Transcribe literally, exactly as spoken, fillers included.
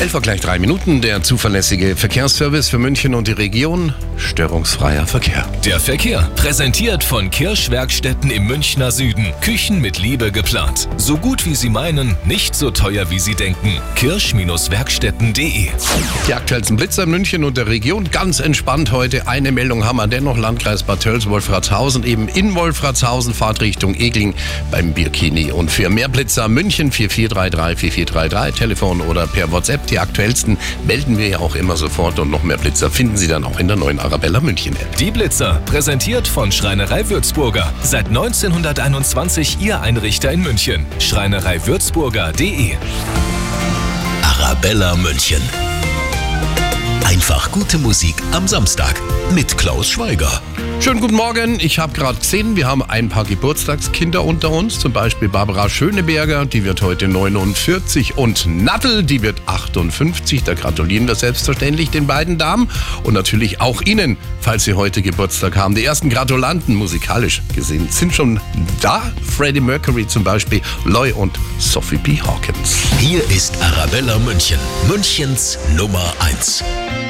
elf Uhr gleich drei Minuten, der zuverlässige Verkehrsservice für München und die Region. Störungsfreier Verkehr. Der Verkehr, präsentiert von Kirsch Werkstätten im Münchner Süden. Küchen mit Liebe geplant. So gut wie Sie meinen, nicht so teuer wie Sie denken. kirsch Werkstätten punkt de. Die aktuellsten Blitzer in München und der Region. Ganz entspannt heute. Eine Meldung haben wir dennoch. Landkreis Bad Tölz, Wolfratshausen, eben in Wolfratshausen, Fahrtrichtung Egling beim Bierkini. Und für mehr Blitzer München vier vier drei drei vier vier drei drei, Telefon oder per WhatsApp. Die aktuellsten melden wir ja auch immer sofort und noch mehr Blitzer finden Sie dann auch in der neuen Arabella München App. Die Blitzer, präsentiert von Schreinerei Würzburger. Seit neunzehnhunderteinundzwanzig Ihr Einrichter in München. schreinerei würzburger punkt de. Arabella München. Einfach gute Musik am Samstag mit Klaus Schweiger. Schönen guten Morgen. Ich habe gerade gesehen, wir haben ein paar Geburtstagskinder unter uns. Zum Beispiel Barbara Schöneberger, die wird heute neunundvierzig. Und Nattel, die wird achtundfünfzig. Da gratulieren wir selbstverständlich den beiden Damen. Und natürlich auch Ihnen, falls Sie heute Geburtstag haben. Die ersten Gratulanten, musikalisch gesehen, sind schon da. Freddie Mercury zum Beispiel, Loy und Sophie B. Hawkins. Hier ist Arabella München, Münchens Nummer eins.